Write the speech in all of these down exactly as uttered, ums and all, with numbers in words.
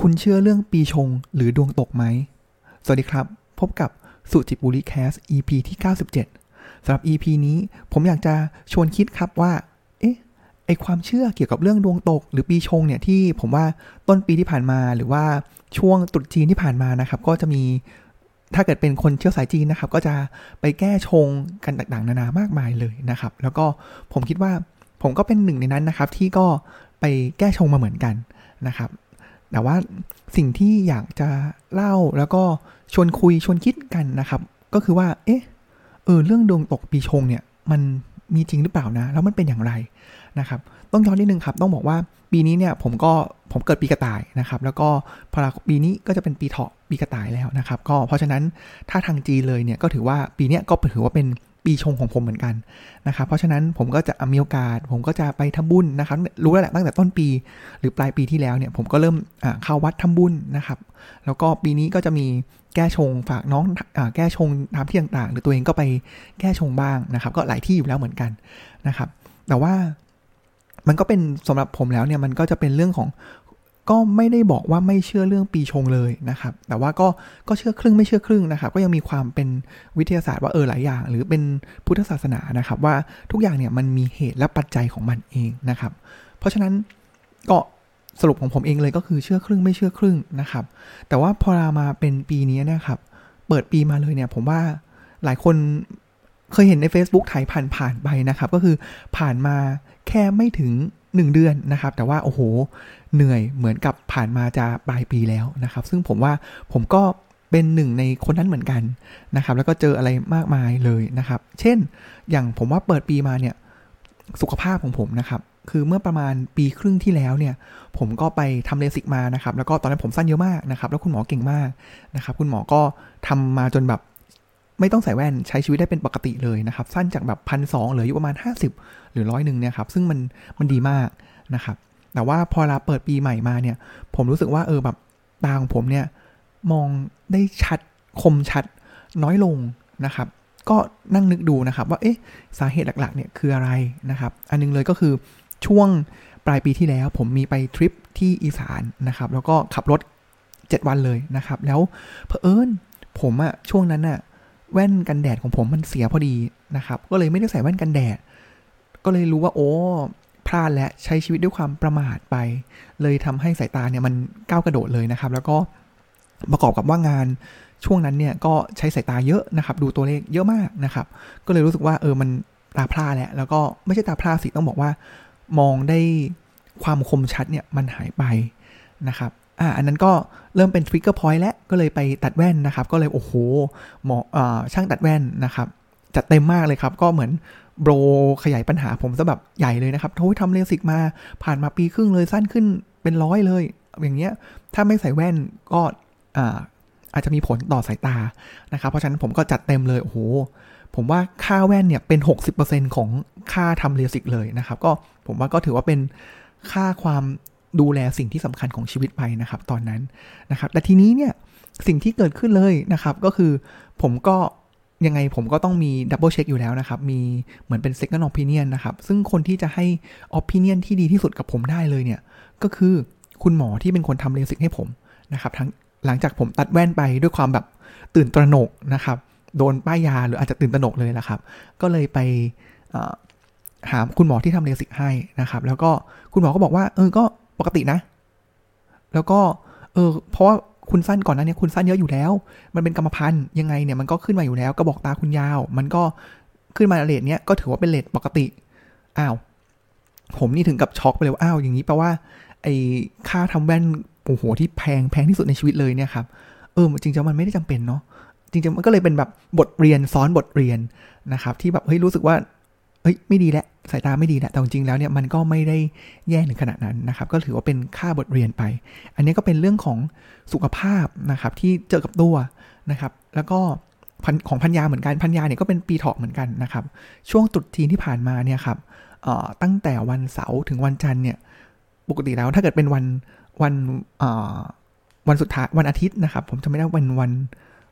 คุณเชื่อเรื่องปีชงหรือดวงตกไหมสวัสดีครับพบกับสุจิตบุรีแคส อี พี ที่เก้าสิบเจ็ดสำหรับ อี พี นี้ผมอยากจะชวนคิดครับว่าเอ๊ะไอความเชื่อเกี่ยวกับเรื่องดวงตกหรือปีชงเนี่ยที่ผมว่าต้นปีที่ผ่านมาหรือว่าช่วงตรุษจีนที่ผ่านมานะครับก็จะมีถ้าเกิดเป็นคนเชื้อสายจีนนะครับก็จะไปแก้ชงกันต่างๆนานามากมายเลยนะครับแล้วก็ผมคิดว่าผมก็เป็นหนึ่งในนั้นนะครับที่ก็ไปแก้ชงมาเหมือนกันนะครับแต่ว่าสิ่งที่อยากจะเล่าแล้วก็ชวนคุยชวนคิดกันนะครับก็คือว่าเอ๊ะเออเรื่องดวงตกปีชงเนี่ยมันมีจริงหรือเปล่านะแล้วมันเป็นอย่างไรนะครับต้องย้อนนิดนึงครับต้องบอกว่าปีนี้เนี่ยผมก็ผมเกิดปีกระต่ายนะครับแล้วก็พอปีนี้ก็จะเป็นปีเถาะปีกระต่ายแล้วนะครับก็เพราะฉะนั้นถ้าทางจีนเลยเนี่ยก็ถือว่าปีนี้ก็ถือว่าเป็นปีชงของผมเหมือนกันนะครับเพราะฉะนั้นผมก็จะมีโอกาสผมก็จะไปทำบุญนะครับรู้แล้วแหละตั้งแต่ต้นปีหรือปลายปีที่แล้วเนี่ยผมก็เริ่มเข้าวัดทำบุญนะครับแล้วก็ปีนี้ก็จะมีแก้ชงฝากน้องแก้ชงตามที่ต่างๆหรือตัวเองก็ไปแก้ชงบ้างนะครับก็หลายที่อยู่แล้วเหมือนกันนะครับแต่ว่ามันก็เป็นสำหรับผมแล้วเนี่ยมันก็จะเป็นเรื่องของก็ไม่ได้บอกว่าไม่เชื่อเรื่องปีชงเลยนะครับแต่ว่าก็ก็เชื่อครึ่งไม่เชื่อครึ่งนะครับก็ยังมีความเป็นวิทยาศาสตร์ว่าเออหลายอย่างหรือเป็นพุทธศาสนานะครับว่าทุกอย่างเนี่ยมันมีเหตุและปัจจัยของมันเองนะครับเพราะฉะนั้นก็สรุปของผมเองเลยก็คือเชื่อครึ่งไม่เชื่อครึ่งนะครับแต่ว่าพอมาเป็นปีนี้นะครับเปิดปีมาเลยเนี่ยผมว่าหลายคนเคยเห็นใน Facebook ถ่ายผ่านๆไปนะครับก็คือผ่านมาแค่ไม่ถึงหนึ่งเดือนนะครับแต่ว่าโอ้โหเหนื่อยเหมือนกับผ่านมาจะปลายปีแล้วนะครับซึ่งผมว่าผมก็เป็นหนึ่งในคนนั้นเหมือนกันนะครับแล้วก็เจออะไรมากมายเลยนะครับเช่นอย่างผมว่าเปิดปีมาเนี่ยสุขภาพของผมนะครับคือเมื่อประมาณปีครึ่งที่แล้วเนี่ยผมก็ไปทำเลสิกมานะครับแล้วก็ตอนนั้นผมสั้นเยอะมากนะครับแล้วคุณหมอเก่งมากนะครับคุณหมอก็ทำมาจนแบบไม่ต้องใส่แว่นใช้ชีวิตได้เป็นปกติเลยนะครับสั้นจากแบบพันสองเหลืออยู่ประมาณห้าสิบหรือร้อยหนึ่งเนี่ยครับซึ่งมันมันดีมากนะครับแต่ว่าพอเราเปิดปีใหม่มาเนี่ยผมรู้สึกว่าเออแบบตาของผมเนี่ยมองได้ชัดคมชัดน้อยลงนะครับก็นั่งนึกดูนะครับว่าเอ๊ะสาเหตุหลักๆเนี่ยคืออะไรนะครับอันนึงเลยก็คือช่วงปลายปีที่แล้วผมมีไปทริปที่อีสานนะครับแล้วก็ขับรถเจ็ดวันเลยนะครับแล้วเผอิญผมอะช่วงนั้นอะแว่นกันแดดของผมมันเสียพอดีนะครับก็เลยไม่ได้ใส่แว่นกันแดดก็เลยรู้ว่าโอ้พลาดและใช้ชีวิตด้วยความประมาทไปเลยทำให้สายตาเนี่ยมันก้าวกระโดดเลยนะครับแล้วก็ประกอบกับว่างานช่วงนั้นเนี่ยก็ใช้สายตาเยอะนะครับดูตัวเลขเยอะมากนะครับก็เลยรู้สึกว่าเออมันตาพร่าแล้วแล้วก็ไม่ใช่ตาพร่าสิต้องบอกว่ามองได้ความคมชัดเนี่ยมันหายไปนะครับอ่าอันนั้นก็เริ่มเป็นทริกเกอร์พอยต์แล้วก็เลยไปตัดแว่นนะครับก็เลยโอ้โหหมออ่าช่างตัดแว่นนะครับจัดเต็มมากเลยครับก็เหมือนโบรขยายปัญหาผมซะแบบใหญ่เลยนะครับโทษทำเลสิกมาผ่านมาปีครึ่งเลยสั้นขึ้นเป็นร้อยเลยอย่างเงี้ยถ้าไม่ใส่แว่นก็อ่าอาจจะมีผลต่อสายตานะครับเพราะฉะนั้นผมก็จัดเต็มเลยโอ้โหผมว่าค่าแว่นเนี่ยเป็น หกสิบเปอร์เซ็นต์ ของค่าทำเลสิกเลยนะครับก็ผมว่าก็ถือว่าเป็นค่าความดูแลสิ่งที่สำคัญของชีวิตไปนะครับตอนนั้นนะครับแต่ทีนี้เนี่ยสิ่งที่เกิดขึ้นเลยนะครับก็คือผมก็ยังไงผมก็ต้องมีดับเบิลเช็คอยู่แล้วนะครับมีเหมือนเป็น second opinion นะครับซึ่งคนที่จะให้ opinion ที่ดีที่สุดกับผมได้เลยเนี่ยก็คือคุณหมอที่เป็นคนทำเลสิกให้ผมนะครับทั้งหลังจากผมตัดแว่นไปด้วยความแบบตื่นตระหนกนะครับโดนป้ายยาหรืออาจจะตื่นตระหนกเลยละครับก็เลยไปหาคุณหมอที่ทำเลสิกให้นะครับแล้วก็คุณหมอก็บอกว่าเออก็ปกตินะแล้วก็เออเพราะว่าคุณสั้นก่อนหน้านี้คุณสั้นเยอะอยู่แล้วมันเป็นกรรมพันธุ์ยังไงเนี่ยมันก็ขึ้นมาอยู่แล้วกระบอกตาคุณยาวมันก็ขึ้นมาเรทเนี้ยก็ถือว่าเป็นเรทปกติอ้าวผมนี่ถึงกับช็อกไปเลยว่าอ้าวอย่างนี้แปลว่าไอ้ค่าทำแว่นโอ้โหที่แพงแพงที่สุดในชีวิตเลยเนี่ยครับเออจริงๆมันไม่ได้จำเป็นเนาะจริงๆมันก็เลยเป็นแบบบทเรียนซ้อนบทเรียนนะครับที่แบบเฮ้ยรู้สึกว่าเฮ้ยไม่ดีแล้วสายตาไม่ดีแล้วแต่จริงๆแล้วเนี่ยมันก็ไม่ได้แย่ถึงขนาดนั้นนะครับก็ถือว่าเป็นค่าบทเรียนไปอันนี้ก็เป็นเรื่องของสุขภาพนะครับที่เจอกับตัวนะครับแล้วก็ของพันยาเหมือนกันพันยาเนี่ยก็เป็นปีเถาะเหมือนกันนะครับช่วงตรุษจีนที่ผ่านมาเนี่ยครับตั้งแต่วันเสาร์ถึงวันจันทร์เนี่ยปกติแล้วถ้าเกิดเป็นวันวันวันสุดท้ายวันอาทิตย์นะครับผมจะไม่ได้วันวัน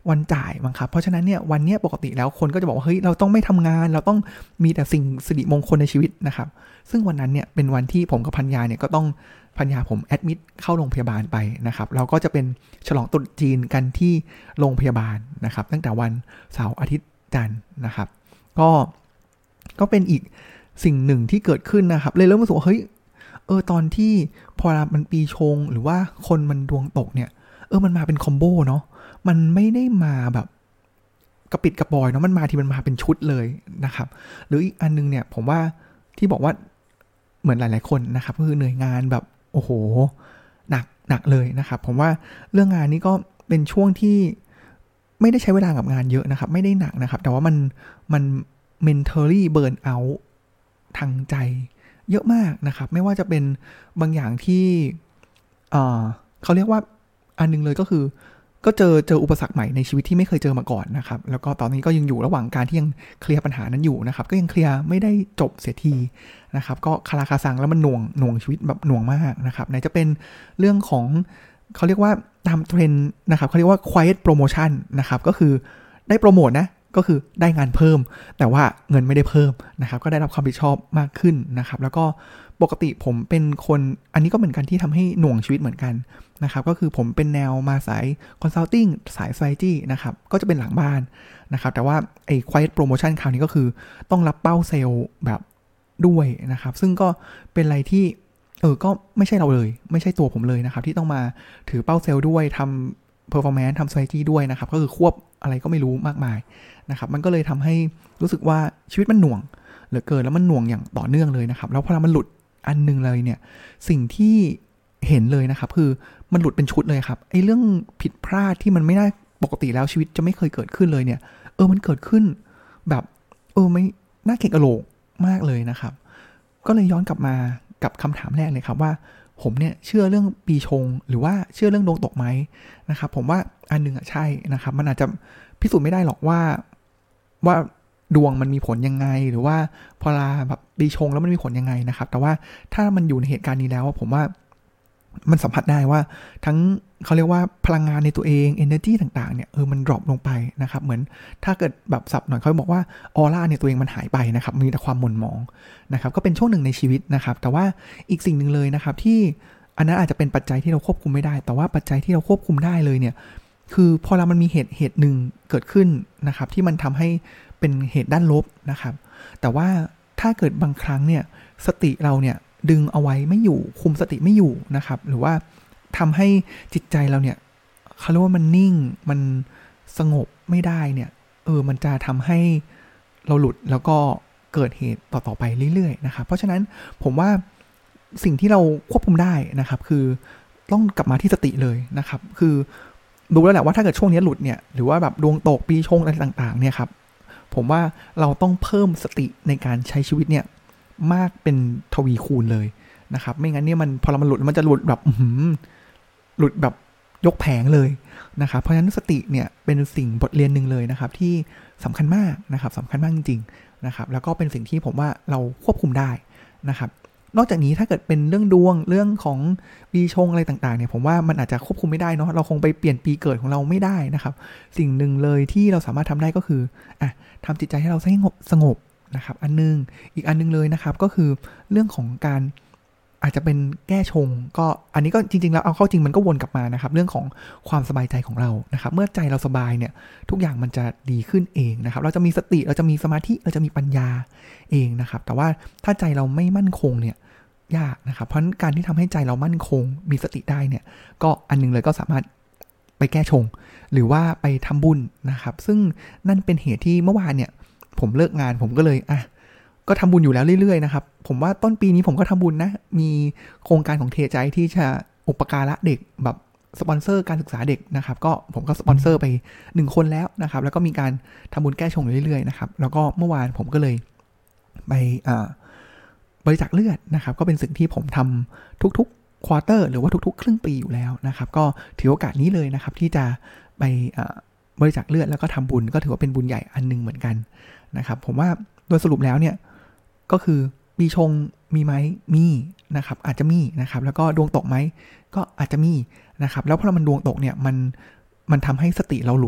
วันจ่ายมั้งครับเพราะฉะนั้นเนี่ยวันนี้ปกติแล้วคนก็จะบอกว่าเฮ้ยเราต้องไม่ทำงานเราต้องมีแต่สิ่งสิริมงคลในชีวิตนะครับซึ่งวันนั้นเนี่ยเป็นวันที่ผมกับพันยาเนี่ยก็ต้องพันยาผมแอดมิดเข้าโรงพยาบาลไปนะครับเราก็จะเป็นฉลองตรุษจีนกันที่โรงพยาบาลนะครับตั้งแต่วันเสาร์อาทิตย์จันทร์นะครับก็ก็เป็นอีกสิ่งหนึ่งที่เกิดขึ้นนะครับเลยเริ่มรู้สึกว่าเฮ้ยเออตอนที่พอมันปีชงหรือว่าคนมันดวงตกเนี่ยเออมันมาเป็นคอมโบเนาะมันไม่ได้มาแบบกระปิดกระปอยเนาะมันมาที่มันมาเป็นชุดเลยนะครับหรืออีกอันนึงเนี่ยผมว่าที่บอกว่าเหมือนหลายๆคนนะครับก็คือเหนื่อยงานแบบโอ้โหหนักหนักเลยนะครับผมว่าเรื่องงานนี้ก็เป็นช่วงที่ไม่ได้ใช้เวลากับงานเยอะนะครับไม่ได้หนักนะครับแต่ว่ามันมัน mentally burn out ทางใจเยอะมากนะครับไม่ว่าจะเป็นบางอย่างที่เอ่อเขาเรียกว่าอันนึงเลยก็คือก็เจอเจออุปสรรคใหม่ในชีวิตที่ไม่เคยเจอมาก่อนนะครับแล้วก็ตอนนี้ก็ยังอยู่ระหว่างการที่ยังเคลียร์ปัญหานั้นอยู่นะครับก็ยังเคลียร์ไม่ได้จบเสียทีนะครับก็คาราคาซังแล้วมันหน่วงหน่วงชีวิตแบบหน่วงมากนะครับไหนจะเป็นเรื่องของเขาเรียกว่าตามเทรนด์นะครับเขาเรียกว่า quiet promotion นะครับก็คือได้โปรโมทนะก็คือได้งานเพิ่มแต่ว่าเงินไม่ได้เพิ่มนะครับก็ได้รับความรับผิดชอบมากขึ้นนะครับแล้วก็ปกติผมเป็นคนอันนี้ก็เหมือนกันที่ทำให้หน่วงชีวิตเหมือนกันนะครับก็คือผมเป็นแนวมาสาย consulting สาย strategy นะครับก็จะเป็นหลังบ้านนะครับแต่ว่าไอ้ quiet promotion คราวนี้ก็คือต้องรับเป้าเซลล์แบบด้วยนะครับซึ่งก็เป็นอะไรที่เออก็ไม่ใช่เราเลยไม่ใช่ตัวผมเลยนะครับที่ต้องมาถือเป้าเซลล์ด้วยทำ performance ทำ strategy ด้วยนะครับก็คือควบอะไรก็ไม่รู้มากมายนะครับมันก็เลยทำให้รู้สึกว่าชีวิตมันหน่วงเหลือเกินแล้วมันหน่วงอย่างต่อเนื่องเลยนะครับแล้วพอมันหลุดอันนึงเลยเนี่ยสิ่งที่เห็นเลยนะครับคือมันหลุดเป็นชุดเลยครับไอ้เรื่องผิดพลาดที่มันไม่น่าปกติแล้วชีวิตจะไม่เคยเกิดขึ้นเลยเนี่ยเออมันเกิดขึ้นแบบเออไม่น่าเกะกะโหลกมากเลยนะครับก็เลยย้อนกลับมากับคำถามแรกเลยครับว่าผมเนี่ยเชื่อเรื่องปีชงหรือว่าเชื่อเรื่องดวงตกไหมนะครับผมว่าอันนึงอ่ะใช่นะครับมันอาจจะพิสูจน์ไม่ได้หรอกว่าว่าดวงมันมีผลยังไงหรือว่าพอลาแบบปีชงแล้วมันมีผลยังไงนะครับแต่ว่าถ้ามันอยู่ในเหตุการณ์นี้แล้วผมว่ามันสัมผัสได้ว่าทั้งเขาเรียกว่าพลังงานในตัวเอง energy ต่างๆเนี่ยเออมันดรอปลงไปนะครับเหมือนถ้าเกิดแบบสับหน่อยเขาบอกว่าออร่าในตัวเองมันหายไปนะครับมีแต่ความหม่นหมองนะครับก็เป็นช่วงหนึ่งในชีวิตนะครับแต่ว่าอีกสิ่งหนึ่งเลยนะครับที่อันนั้นอาจจะเป็นปัจจัยที่เราควบคุมไม่ได้แต่ว่าปัจจัยที่เราควบคุมได้เลยเนี่ยคือพอเรามันมีเหตุเหตุหนึ่งเกิดขึ้นนะครับที่มันทำให้เป็นเหตุด้านลบนะครับแต่ว่าถ้าเกิดบางครั้งเนี่ยสติเราเนี่ยดึงเอาไว้ไม่อยู่คุมสติไม่อยู่นะครับหรือว่าทำให้จิตใจเราเนี่ยเขาเรียกว่ามันนิ่งมันสงบไม่ได้เนี่ยเออมันจะทำให้เราหลุดแล้วก็เกิดเหตุต่อๆไปเรื่อยๆนะครับเพราะฉะนั้นผมว่าสิ่งที่เราควบคุมได้นะครับคือต้องกลับมาที่สติเลยนะครับคือดูแล้วแหละว่าถ้าเกิดช่วงนี้หลุดเนี่ยหรือว่าแบบดวงตกปีชงอะไรต่างๆเนี่ยครับผมว่าเราต้องเพิ่มสติในการใช้ชีวิตเนี่ยมากเป็นทวีคูณเลยนะครับไม่งั้นเนี่ยมันพอเรามันหลุดมันจะหลุดแบบหลุดแบบยกแผงเลยนะครับเพราะฉะนั้นสติเนี่ยเป็นสิ่งบทเรียนหนึ่งเลยนะครับที่สำคัญมากนะครับสำคัญมากจริงๆนะครับแล้วก็เป็นสิ่งที่ผมว่าเราควบคุมได้นะครับนอกจากนี้ถ้าเกิดเป็นเรื่องดวงเรื่องของปีชงอะไรต่างๆเนี่ยผมว่ามันอาจจะควบคุมไม่ได้เนาะเราคงไปเปลี่ยนปีเกิดของเราไม่ได้นะครับสิ่งหนึ่งเลยที่เราสามารถทำได้ก็คืออ่ะทำจิตใจให้เราสงบสงบนะครับอันนึงอีกอันนึงเลยนะครับก็คือเรื่องของการอาจจะเป็นแก้ชงก็อันนี้ก็จริงๆแล้วเอาเข้าจริงมันก็วนกลับมานะครับเรื่องของความสบายใจของเรานะครับเมื่อใจเราสบายเนี่ยทุกอย่างมันจะดีขึ้นเองนะครับเราจะมีสติเราจะมีสมาธิเราจะมีปัญญาเองนะครับแต่ว่าถ้าใจเราไม่มั่นคงเนี่ยยากนะครับเพราะการที่ทำให้ใจเรามั่นคงมีสติได้เนี่ยก็อันนึงเลยก็สามารถไปแก้ชงหรือว่าไปทำบุญนะครับซึ่งนั่นเป็นเหตุที่เมื่อวานเนี่ยผมเลิกงานผมก็เลยอ่ะก็ทำบุญอยู่แล้วเรื่อยๆนะครับผมว่าต้นปีนี้ผมก็ทำบุญนะมีโครงการของเทใจที่จะอุปการะเด็กแบบสปอนเซอร์การศึกษาเด็กนะครับก็ผมก็สปอนเซอร์ไปหนึ่งคนแล้วนะครับแล้วก็มีการทำบุญแก้ชงเรื่อยๆนะครับแล้วก็เมื่อวานผมก็เลยไปบริจาคเลือดนะครับก็เป็นสิ่งที่ผมทำทุกๆควอเตอร์หรือว่าทุกๆครึ่งปีอยู่แล้วนะครับก็ถือโอกาสนี้เลยนะครับที่จะไปบริจาคเลือดแล้วก็ทำบุญก็ถือว่าเป็นบุญใหญ่อันนึงเหมือนกันนะครับผมว่าโดยสรุปแล้วเนี่ยก็คือปีชงมีไหมมีนะครับอาจจะมีนะครับแล้วก็ดวงตกไหมก็อาจจะมีนะครับแล้วพอมันดวงตกเนี่ยมันมันทำให้สติเราหลุด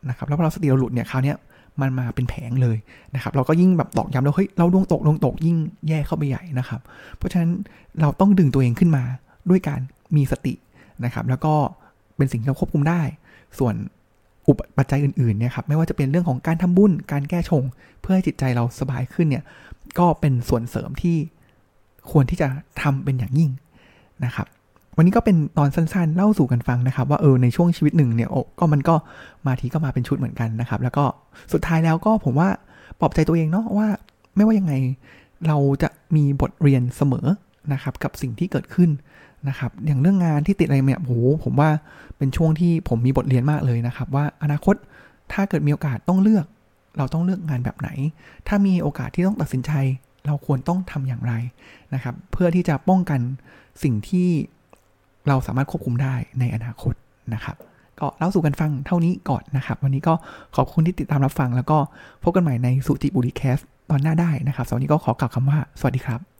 นะครับแล้วพอเราสติเราหลุดเนี่ยคราวนี้มันมาเป็นแผงเลยนะครับเราก็ยิ่งแบบตอกย้ำแล้วเฮ้ยเราดวงตกดวงตกยิ่งแย่เข้าไปใหญ่นะครับเพราะฉะนั้นเราต้องดึงตัวเองขึ้นมาด้วยการมีสตินะครับแล้วก็เป็นสิ่งที่เราควบคุมได้ส่วนอุปปัจจัยอื่นๆเนี่ยครับไม่ว่าจะเป็นเรื่องของการทำบุญการแก้ชงเพื่อให้จิตใจเราสบายขึ้นเนี่ยก็เป็นส่วนเสริมที่ควรที่จะทำเป็นอย่างยิ่งนะครับวันนี้ก็เป็นตอนสั้นๆเล่าสู่กันฟังนะครับว่าเออในช่วงชีวิตหนึ่งเนี่ยก็มันก็มาทีก็มาเป็นชุดเหมือนกันนะครับแล้วก็สุดท้ายแล้วก็ผมว่าปลอบใจตัวเองเนาะว่าไม่ว่ายังไงเราจะมีบทเรียนเสมอนะครับกับสิ่งที่เกิดขึ้นนะครับอย่างเรื่องงานที่ติดอะไรเนี่ยโหผมว่าเป็นช่วงที่ผมมีบทเรียนมากเลยนะครับว่าอนาคตถ้าเกิดมีโอกาสต้องเลือกเราต้องเลือกงานแบบไหนถ้ามีโอกาสที่ต้องตัดสินใจเราควรต้องทำอย่างไรนะครับเพื่อที่จะป้องกันสิ่งที่เราสามารถควบคุมได้ในอนาคตนะครับก็เล่าสู่กันฟังเท่านี้ก่อนนะครับวันนี้ก็ขอบคุณที่ติดตามรับฟังแล้วก็พบกันใหม่ในสุจิบุรีแคสต์ตอนหน้าได้นะครับสำหรับวันนี้ก็ขอกล่าวคำว่าสวัสดีครับ